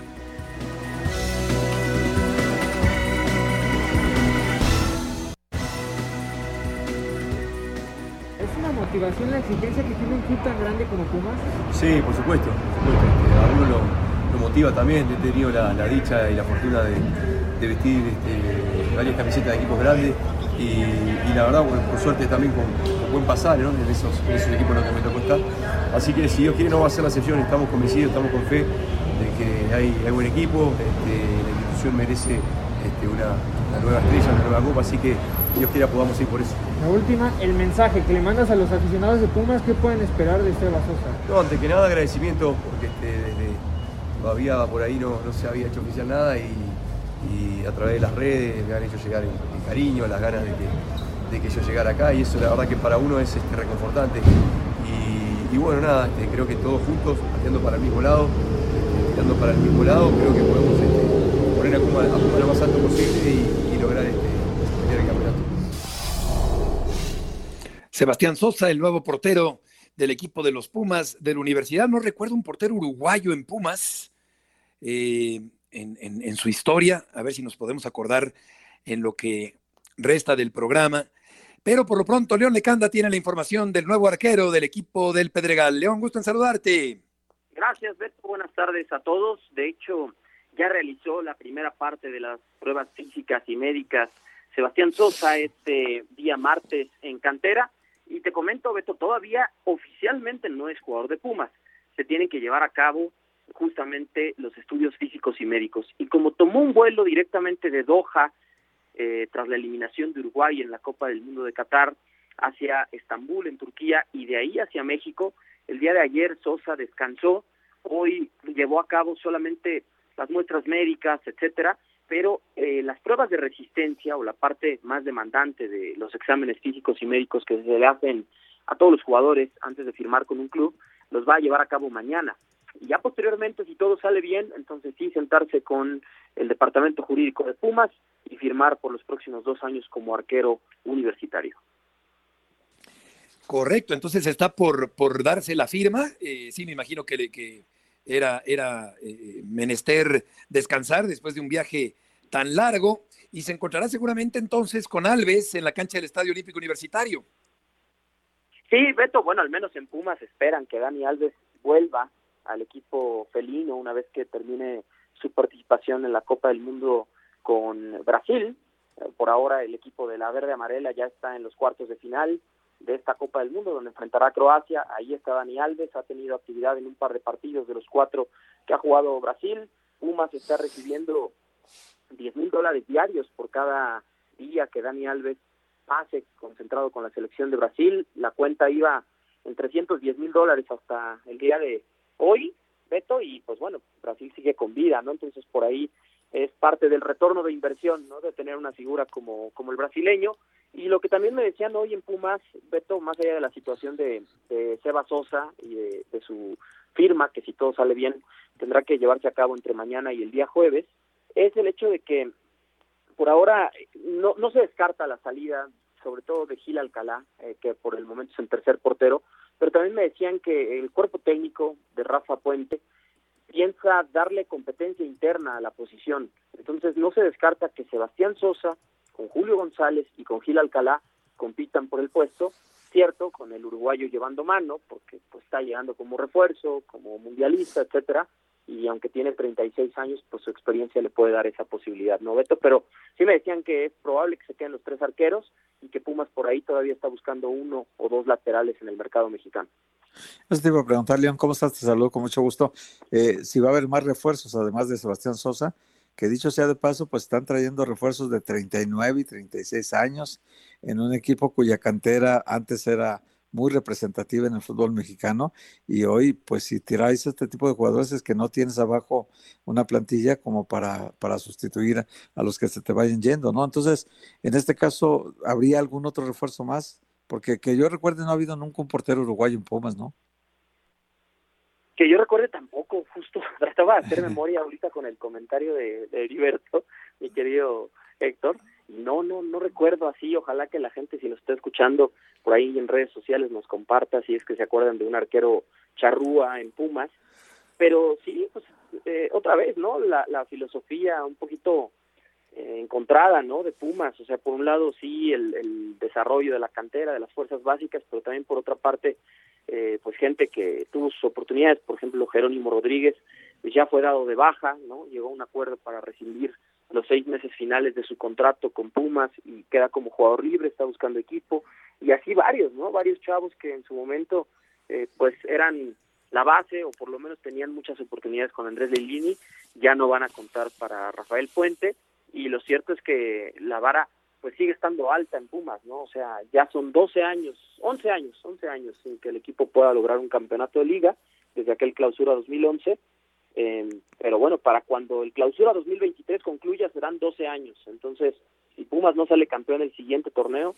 ¿Es una motivación la exigencia que tiene un club tan grande como Pumas? Sí, por supuesto. Por supuesto. Este, a uno lo... lo motiva también, he tenido la, la dicha y la fortuna de, de vestir este, varias camisetas de equipos grandes y, y la verdad, bueno, por suerte también con, con buen pasar, ¿no? en, esos, en esos equipos en los que me tocó estar. Así que si Dios quiere no va a ser la excepción, estamos convencidos, estamos con fe de que hay, hay buen equipo, este, la institución merece este, una, una nueva estrella, una nueva copa, así que Dios quiera podamos ir por eso. La última, el mensaje que le mandas a los aficionados de Pumas, ¿qué pueden esperar de Esteban Sosa? No, antes que nada agradecimiento porque este, desde todavía por ahí no, no se había hecho oficial nada y, y a través de las redes me han hecho llegar el, el cariño, las ganas de que, de que yo llegara acá, y eso la verdad que para uno es este, reconfortante. Y, y bueno, nada, este, creo que todos juntos, pateando para el mismo lado, este, tirando para el mismo lado, creo que podemos este, poner a Puma, a Puma lo más alto posible y, y lograr este, pelear el campeonato. Sebastián Sosa, el nuevo portero del equipo de los Pumas de la universidad. No recuerdo un portero uruguayo en Pumas eh, en, en, en su historia. A ver si nos podemos acordar en lo que resta del programa. Pero por lo pronto, León Lecanda tiene la información del nuevo arquero del equipo del Pedregal. León, gusto en saludarte. Gracias, Beto. Buenas tardes a todos. De hecho, ya realizó la primera parte de las pruebas físicas y médicas Sebastián Sosa este día martes en cantera. Y te comento, Beto, todavía oficialmente no es jugador de Pumas. Se tienen que llevar a cabo justamente los estudios físicos y médicos. Y como tomó un vuelo directamente de Doha, eh, tras la eliminación de Uruguay en la Copa del Mundo de Qatar, hacia Estambul, en Turquía, y de ahí hacia México, el día de ayer Sosa descansó. Hoy llevó a cabo solamente las muestras médicas, etcétera, pero eh, las pruebas de resistencia o la parte más demandante de los exámenes físicos y médicos que se le hacen a todos los jugadores antes de firmar con un club, los va a llevar a cabo mañana. Y ya posteriormente, si todo sale bien, entonces sí sentarse con el departamento jurídico de Pumas y firmar por los próximos dos años como arquero universitario. Correcto, entonces está por, por darse la firma. Eh, sí, me imagino que, que era, era eh, menester descansar después de un viaje tan largo, y se encontrará seguramente entonces con Alves en la cancha del Estadio Olímpico Universitario. Sí, Beto, bueno, al menos en Pumas esperan que Dani Alves vuelva al equipo felino una vez que termine su participación en la Copa del Mundo con Brasil. Por ahora el equipo de la verde amarela ya está en los cuartos de final de esta Copa del Mundo, donde enfrentará a Croacia. Ahí está Dani Alves, ha tenido actividad en un par de partidos de los cuatro que ha jugado Brasil. Pumas está recibiendo diez mil dólares diarios por cada día que Dani Alves pase concentrado con la selección de Brasil. La cuenta iba en trescientos diez mil dólares hasta el día de hoy, Beto, y pues bueno, Brasil sigue con vida, ¿no? Entonces por ahí es parte del retorno de inversión, ¿no? De tener una figura como, como el brasileño. Y lo que también me decían hoy en Pumas, Beto, más allá de la situación de, de Seba Sosa y de, de su firma, que si todo sale bien tendrá que llevarse a cabo entre mañana y el día jueves, es el hecho de que por ahora no, no se descarta la salida, sobre todo de Gil Alcalá, eh, que por el momento es el tercer portero, pero también me decían que el cuerpo técnico de Rafa Puente piensa darle competencia interna a la posición. Entonces no se descarta que Sebastián Sosa, con Julio González y con Gil Alcalá compitan por el puesto, cierto, con el uruguayo llevando mano, porque pues está llegando como refuerzo, como mundialista, etcétera, y aunque tiene treinta y seis años, pues su experiencia le puede dar esa posibilidad, ¿no, Beto? Pero sí me decían que es probable que se queden los tres arqueros y que Pumas por ahí todavía está buscando uno o dos laterales en el mercado mexicano. Eso te iba a preguntar, León, ¿cómo estás? Te saludo con mucho gusto. Eh, si va a haber más refuerzos, además de Sebastián Sosa, que dicho sea de paso, pues están trayendo refuerzos de treinta y nueve y treinta y seis años en un equipo cuya cantera antes era muy representativa en el fútbol mexicano, y hoy, pues si tiráis este tipo de jugadores es que no tienes abajo una plantilla como para, para sustituir a, a los que se te vayan yendo, ¿no? Entonces, en este caso, ¿habría algún otro refuerzo más? Porque que yo recuerde no ha habido nunca un portero uruguayo en Pumas, ¿no? Que yo recuerde tampoco, justo trataba de hacer memoria ahorita con el comentario de, de Heriberto, mi querido Héctor. No, no, no recuerdo así. Ojalá que la gente, si nos está escuchando por ahí en redes sociales, nos comparta si es que se acuerdan de un arquero charrúa en Pumas. Pero sí, pues eh, otra vez, ¿no? La, la filosofía un poquito eh, encontrada, ¿no? De Pumas. O sea, por un lado sí el, el desarrollo de la cantera, de las fuerzas básicas, pero también por otra parte, eh, pues gente que tuvo sus oportunidades. Por ejemplo, Jerónimo Rodríguez, pues ya fue dado de baja, ¿no? Llegó a un acuerdo para rescindir los seis meses finales de su contrato con Pumas y queda como jugador libre, está buscando equipo, y así varios, ¿no? Varios chavos que en su momento eh, pues eran la base, o por lo menos tenían muchas oportunidades con Andrés Lilini, ya no van a contar para Rafael Puente, y lo cierto es que la vara pues sigue estando alta en Pumas, ¿no? O sea, ya son doce años, once años, once años sin que el equipo pueda lograr un campeonato de liga, desde aquel clausura dos mil once, Eh, pero bueno, para cuando el clausura dos mil veintitrés concluya serán doce años. Entonces, si Pumas no sale campeón el siguiente torneo,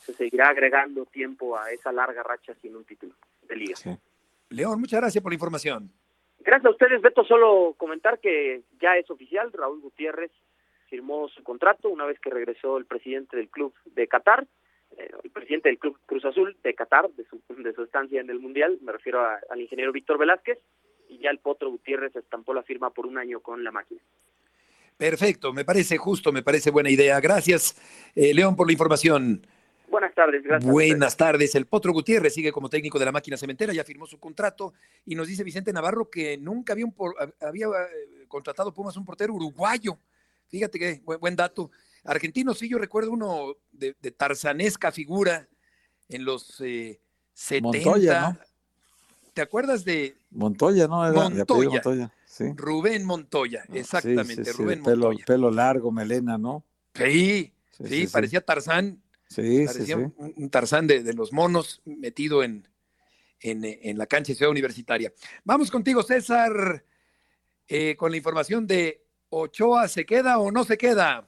se seguirá agregando tiempo a esa larga racha sin un título de liga. Sí. León, muchas gracias por la información. Gracias a ustedes, Beto. Solo comentar que ya es oficial, Raúl Gutiérrez firmó su contrato una vez que regresó el presidente del club de Qatar, eh, el presidente del club Cruz Azul de Qatar, de su, de su estancia en el Mundial, me refiero a, al ingeniero Víctor Velázquez, y ya el Potro Gutiérrez estampó la firma por un año con la máquina. Perfecto, me parece justo, me parece buena idea. Gracias, eh, León, por la información. Buenas tardes, gracias. Buenas tardes. El Potro Gutiérrez sigue como técnico de la máquina cementera, ya firmó su contrato y nos dice Vicente Navarro que nunca había, un por, había eh, contratado Pumas un portero uruguayo. Fíjate que buen, buen dato. Argentino, sí, yo recuerdo uno de, de tarzanesca figura en los eh, setenta. Montoya, ¿no? ¿Te acuerdas de Montoya, ¿no? Era Montoya? Montoya, sí. Rubén Montoya, exactamente, sí, sí, sí, Rubén pelo, Montoya. Pelo largo, melena, ¿no? Sí, sí, sí, sí parecía sí. Tarzán. Sí, parecía sí, sí. Un, un Tarzán de, de los monos metido en, en, en la cancha de Ciudad Universitaria. Vamos contigo, César, eh, con la información de Ochoa, ¿se queda o no se queda?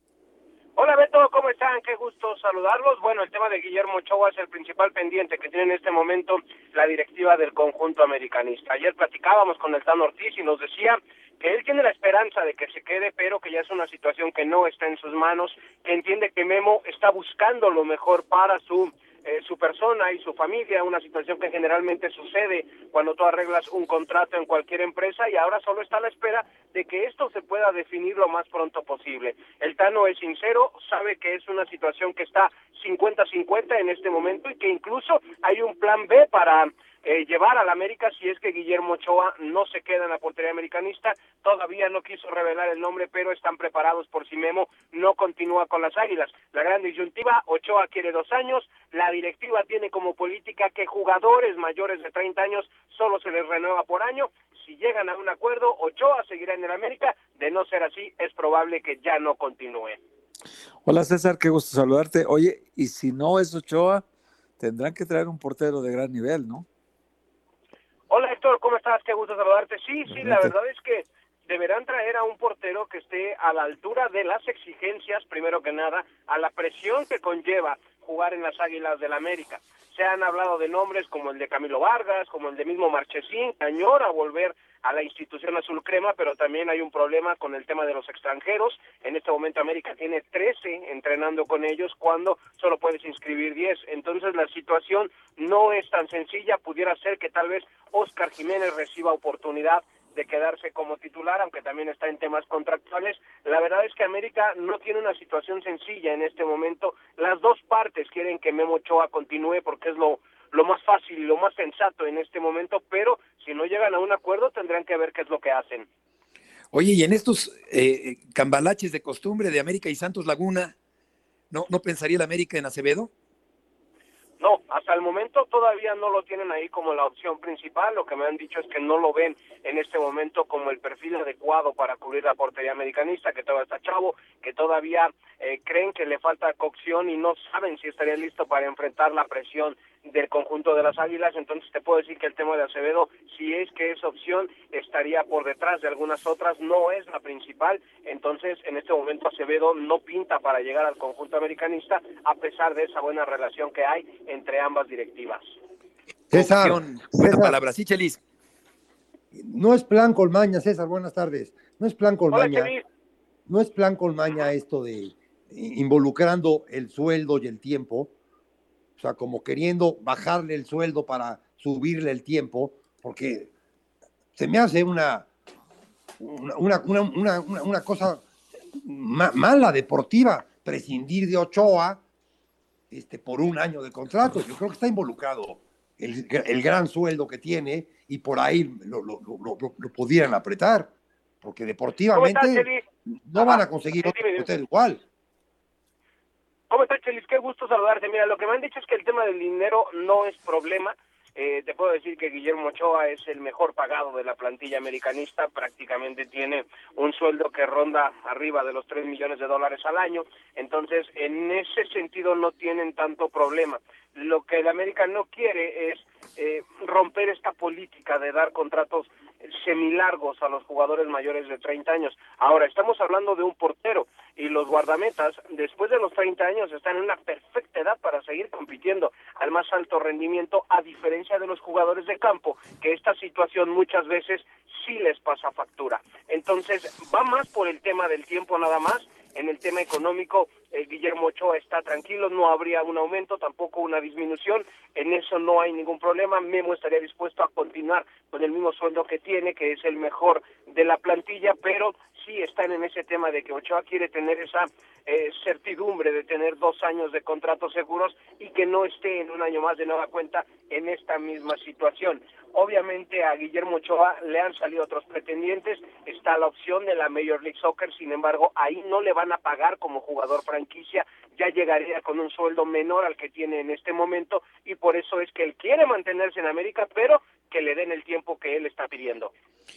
Hola Beto, ¿cómo están? Qué gusto saludarlos. Bueno, el tema de Guillermo Ochoa es el principal pendiente que tiene en este momento la directiva del conjunto americanista. Ayer platicábamos con el Tano Ortiz y nos decía que él tiene la esperanza de que se quede, pero que ya es una situación que no está en sus manos, que entiende que Memo está buscando lo mejor para su eh, su persona y su familia, una situación que generalmente sucede cuando tú arreglas un contrato en cualquier empresa, y ahora solo está a la espera de que esto se pueda definir lo más pronto posible. El Tano es sincero, sabe que es una situación que está cincuenta cincuenta en este momento y que incluso hay un plan B para Eh, llevar al América si es que Guillermo Ochoa no se queda en la portería americanista. Todavía no quiso revelar el nombre, pero están preparados por si Memo no continúa con las Águilas. La gran disyuntiva, Ochoa quiere dos años, la directiva tiene como política que jugadores mayores de treinta años solo se les renueva por año. Si llegan a un acuerdo, Ochoa seguirá en el América. De no ser así, es probable que ya no continúe. Hola César, qué gusto saludarte. Oye, y si no es Ochoa, tendrán que traer un portero de gran nivel, ¿no? Hola Héctor, ¿cómo estás? Qué gusto saludarte. Sí, sí, la verdad es que deberán traer a un portero que esté a la altura de las exigencias, primero que nada, a la presión que conlleva jugar en las Águilas del América. Se han hablado de nombres como el de Camilo Vargas, como el de mismo Marchesín, que añora volver a la institución azul crema, pero también hay un problema con el tema de los extranjeros. En este momento América tiene trece entrenando con ellos cuando solo puedes inscribir diez. Entonces la situación no es tan sencilla. Pudiera ser que tal vez Óscar Jiménez reciba oportunidad de quedarse como titular, aunque también está en temas contractuales. La verdad es que América no tiene una situación sencilla en este momento. Las dos partes quieren que Memo Ochoa continúe porque es lo lo más fácil y lo más sensato en este momento, pero si no llegan a un acuerdo tendrán que ver qué es lo que hacen. Oye, y en estos eh, cambalaches de costumbre de América y Santos Laguna, ¿no, no pensaría el América en Acevedo? No, hasta el momento todavía no lo tienen ahí como la opción principal. Lo que me han dicho es que no lo ven en este momento como el perfil adecuado para cubrir la portería americanista, que todavía está chavo, que todavía eh, creen que le falta cocción y no saben si estaría listo para enfrentar la presión del conjunto de las Águilas. Entonces te puedo decir que el tema de Acevedo, si es que es opción, estaría por detrás de algunas otras, no es la principal. Entonces en este momento Acevedo no pinta para llegar al conjunto americanista, a pesar de esa buena relación que hay entre ambas directivas. César, Opción, buena César, palabra, sí, Chelis. No es plan colmaña, César, buenas tardes. No es plan colmaña. Hola, Chelis. No es plan colmaña esto de involucrando el sueldo y el tiempo, o sea, como queriendo bajarle el sueldo para subirle el tiempo, porque se me hace una, una, una, una, una, una cosa ma, mala deportiva prescindir de Ochoa este, por un año de contrato. Yo creo que está involucrado el, el gran sueldo que tiene y por ahí lo, lo, lo, lo, lo pudieran apretar, porque deportivamente no van a conseguir otro portero igual. ¿Cómo estás, Chelis? Qué gusto saludarte. Mira, lo que me han dicho es que el tema del dinero no es problema. Eh, te puedo decir que Guillermo Ochoa es el mejor pagado de la plantilla americanista, prácticamente tiene un sueldo que ronda arriba de los tres millones de dólares al año, entonces en ese sentido no tienen tanto problema. Lo que el América no quiere es eh, romper esta política de dar contratos semilargos a los jugadores mayores de treinta años. Ahora, estamos hablando de un portero y los guardametas, después de los treinta años, están en una perfecta edad para seguir compitiendo al más alto rendimiento, a diferencia de los jugadores de campo, que esta situación muchas veces sí les pasa factura. Entonces, va más por el tema del tiempo nada más. En el tema económico, eh, Guillermo Ochoa está tranquilo, no habría un aumento, tampoco una disminución, en eso no hay ningún problema. Memo estaría dispuesto a continuar con el mismo sueldo que tiene, que es el mejor de la plantilla, pero sí están en ese tema de que Ochoa quiere tener esa eh, certidumbre de tener dos años de contratos seguros y que no esté en un año más de nueva cuenta en esta misma situación. Obviamente a Guillermo Ochoa le han salido otros pretendientes, está la opción de la Major League Soccer, sin embargo, ahí no le van a pagar como jugador franquicia, ya llegaría con un sueldo menor al que tiene en este momento y por eso es que él quiere mantenerse en América, pero que le den el tiempo que él está pidiendo.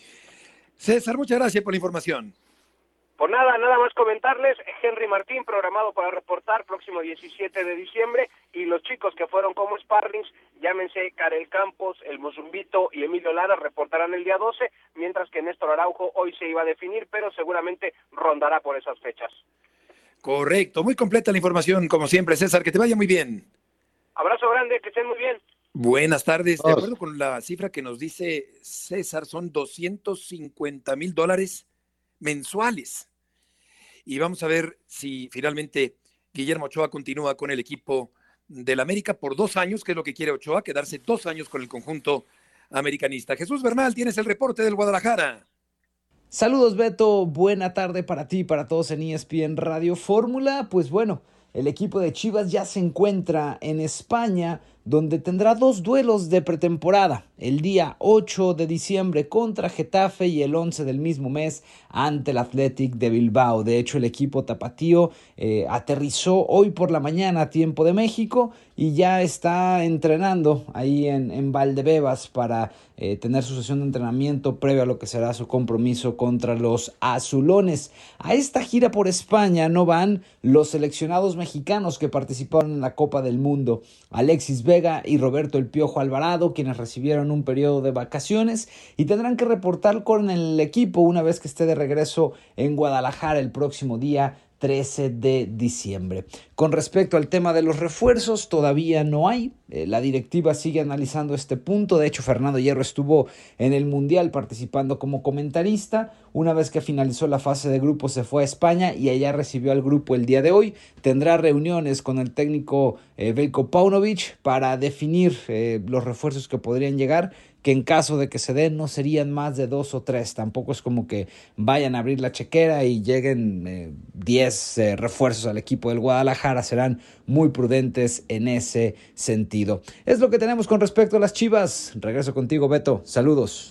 César, muchas gracias por la información. Por nada, nada más comentarles, Henry Martín programado para reportar próximo diecisiete de diciembre y los chicos que fueron como sparrings, llámense Karel Campos, El Mozumbito y Emilio Lara, reportarán el día doce, mientras que Néstor Araujo hoy se iba a definir, pero seguramente rondará por esas fechas. Correcto, muy completa la información, como siempre, César, que te vaya muy bien. Abrazo grande, que estén muy bien. Buenas tardes, de acuerdo con la cifra que nos dice César, son doscientos cincuenta mil dólares mensuales. Y vamos a ver si finalmente Guillermo Ochoa continúa con el equipo del América por dos años, que es lo que quiere Ochoa, quedarse dos años con el conjunto americanista. Jesús Bernal, tienes el reporte del Guadalajara. Saludos, Beto, buena tarde para ti y para todos en E S P N Radio Fórmula. Pues bueno, el equipo de Chivas ya se encuentra en España, donde tendrá dos duelos de pretemporada, el día ocho de diciembre contra Getafe y el once del mismo mes ante el Athletic de Bilbao. De hecho, el equipo tapatío eh, aterrizó hoy por la mañana a tiempo de México y ya está entrenando ahí en, en Valdebebas para eh, tener su sesión de entrenamiento previo a lo que será su compromiso contra los azulones. A esta gira por España no van los seleccionados mexicanos que participaron en la Copa del Mundo, Alexis Vega y Roberto El Piojo Alvarado, quienes recibieron un periodo de vacaciones y tendrán que reportar con el equipo una vez que esté de regreso en Guadalajara el próximo día trece de diciembre. Con respecto al tema de los refuerzos, todavía no hay. Eh, la directiva sigue analizando este punto. De hecho, Fernando Hierro estuvo en el Mundial participando como comentarista. Una vez que finalizó la fase de grupos, se fue a España y allá recibió al grupo el día de hoy. Tendrá reuniones con el técnico eh, Veljko Paunovic para definir eh, los refuerzos que podrían llegar, que en caso de que se den no serían más de dos o tres. Tampoco es como que vayan a abrir la chequera y lleguen eh, diez eh, refuerzos al equipo del Guadalajara. Serán muy prudentes en ese sentido. Es lo que tenemos con respecto a las Chivas. Regreso contigo, Beto. Saludos.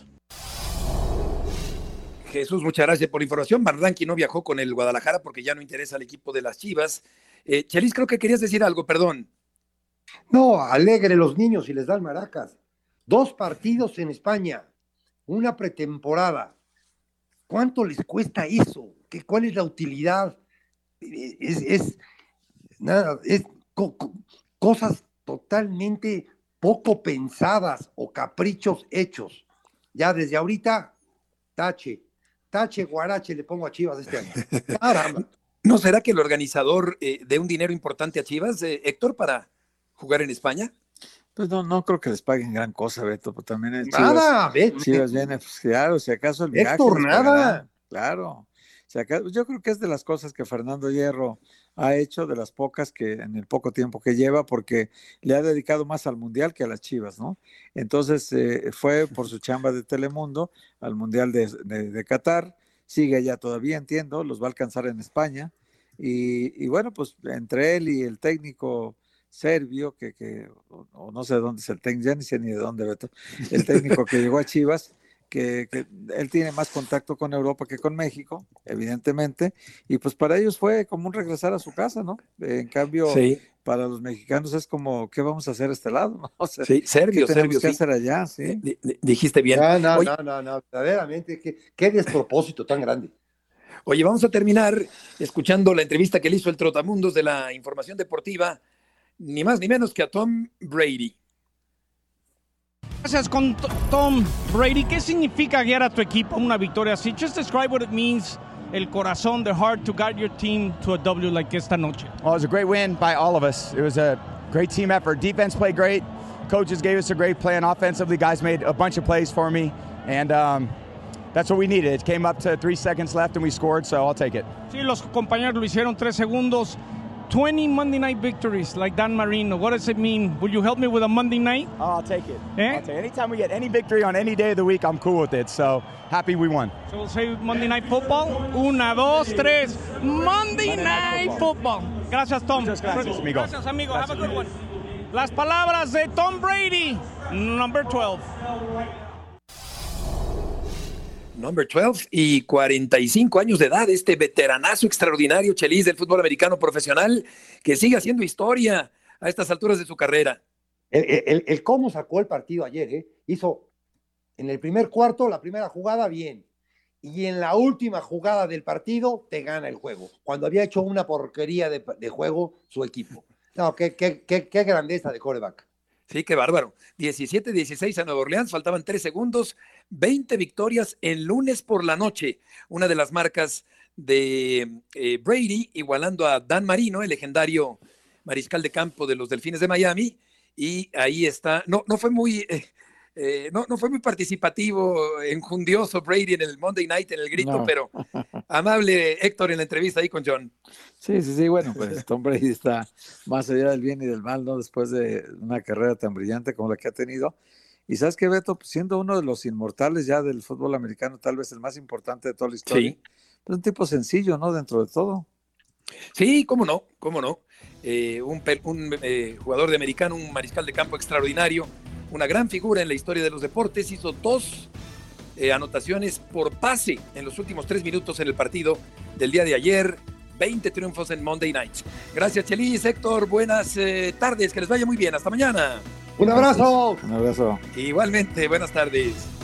Jesús, muchas gracias por la información. Barranqui no viajó con el Guadalajara porque ya no interesa al equipo de las Chivas. Eh, Chelis, creo que querías decir algo, perdón. No, alegre los niños y les dan maracas. Dos partidos en España, una pretemporada. ¿Cuánto les cuesta eso? ¿Qué, ¿Cuál es la utilidad? Es, es, nada, es co- co- cosas totalmente poco pensadas o caprichos hechos. Ya desde ahorita, tache, tache, guarache, le pongo a Chivas este año. Caramba. ¿No será que el organizador eh, dé un dinero importante a Chivas, eh, Héctor, para jugar en España? Pues no, no creo que les paguen gran cosa, Beto, pero también el nada, Chivas, Chivas viene, pues, claro, si acaso el viaje Héctor, nada. Claro, si acaso, yo creo que es de las cosas que Fernando Hierro ha hecho, de las pocas que en el poco tiempo que lleva, porque le ha dedicado más al Mundial que a las Chivas, ¿no? Entonces eh, fue por su chamba de Telemundo al Mundial de, de, de Qatar, sigue allá todavía, entiendo, los va a alcanzar en España, y, y bueno, pues entre él y el técnico serbio, que, que o, o no sé de dónde es el técnico, ya ni sé ni de dónde, Beto, el técnico que llegó a Chivas, que, que él tiene más contacto con Europa que con México, evidentemente, y pues para ellos fue como un regresar a su casa, ¿no? En cambio, sí, para los mexicanos es como, ¿qué vamos a hacer a este lado? ¿No? O sea, sí, serbio, ¿qué tenemos serbio, que sí. hacer allá? ¿Sí? D- d- dijiste bien. No, no, Oye, no, no, no, verdaderamente, qué, qué despropósito tan grande. Oye, vamos a terminar escuchando la entrevista que le hizo el Trotamundos de la información deportiva, ni más ni menos que a Tom Brady. Gracias con Tom Brady. ¿Qué significa guiar a tu equipo una victoria así? Just describe what it means, el corazón, the heart to guide your team to a W like esta noche. Well, it was a great win by all of us. It was a great team effort. Defense played great. Coaches gave us a great plan offensively. Guys made a bunch of plays for me, and um, that's what we needed. It came up to three seconds left, and we scored, so I'll take it. Sí, los compañeros lo hicieron tres segundos. twenty Monday night victories like Dan Marino. What does it mean? Will you help me with a Monday night? Oh, I'll take it. Eh? I'll take it. Anytime we get any victory on any day of the week, I'm cool with it. So happy we won. So we'll say Monday Night Football. Una, dos, tres. Monday, Monday Night, night football. football. Gracias, Tom. Muchas gracias, amigo. Gracias, amigo. Gracias. Have a good one. Las palabras de Tom Brady, number twelve. Number doce y cuarenta y cinco años de edad, este veteranazo extraordinario, Chelis, del fútbol americano profesional, que sigue haciendo historia a estas alturas de su carrera. El, el, el cómo sacó el partido ayer, ¿eh? Hizo en el primer cuarto, la primera jugada, bien. Y en la última jugada del partido, te gana el juego. Cuando había hecho una porquería de, de juego su equipo. No, qué, qué, qué, qué grandeza de quarterback. Sí, qué bárbaro. diecisiete dieciséis a Nueva Orleans, faltaban tres segundos, veinte victorias el lunes por la noche. Una de las marcas de eh, Brady, igualando a Dan Marino, el legendario mariscal de campo de los Delfines de Miami. Y ahí está. No, no fue muy... Eh, Eh, no, no fue muy participativo, enjundioso Brady en el Monday Night, en el grito, no. Pero amable Héctor en la entrevista ahí con John. Sí, sí, sí, bueno, pues Tom Brady está más allá del bien y del mal, ¿no? Después de una carrera tan brillante como la que ha tenido. Y ¿sabes qué, Beto? Pues siendo uno de los inmortales ya del fútbol americano, tal vez el más importante de toda la historia. Sí. Pues un tipo sencillo, ¿no? Dentro de todo. Sí, cómo no, cómo no. Eh, un un eh, jugador de americano, un mariscal de campo extraordinario, una gran figura en la historia de los deportes, hizo dos eh, anotaciones por pase en los últimos tres minutos en el partido del día de ayer, veinte triunfos en Monday Night. Gracias, Chelis, Héctor, buenas eh, tardes, que les vaya muy bien, hasta mañana. Un abrazo. Un abrazo. Igualmente, buenas tardes.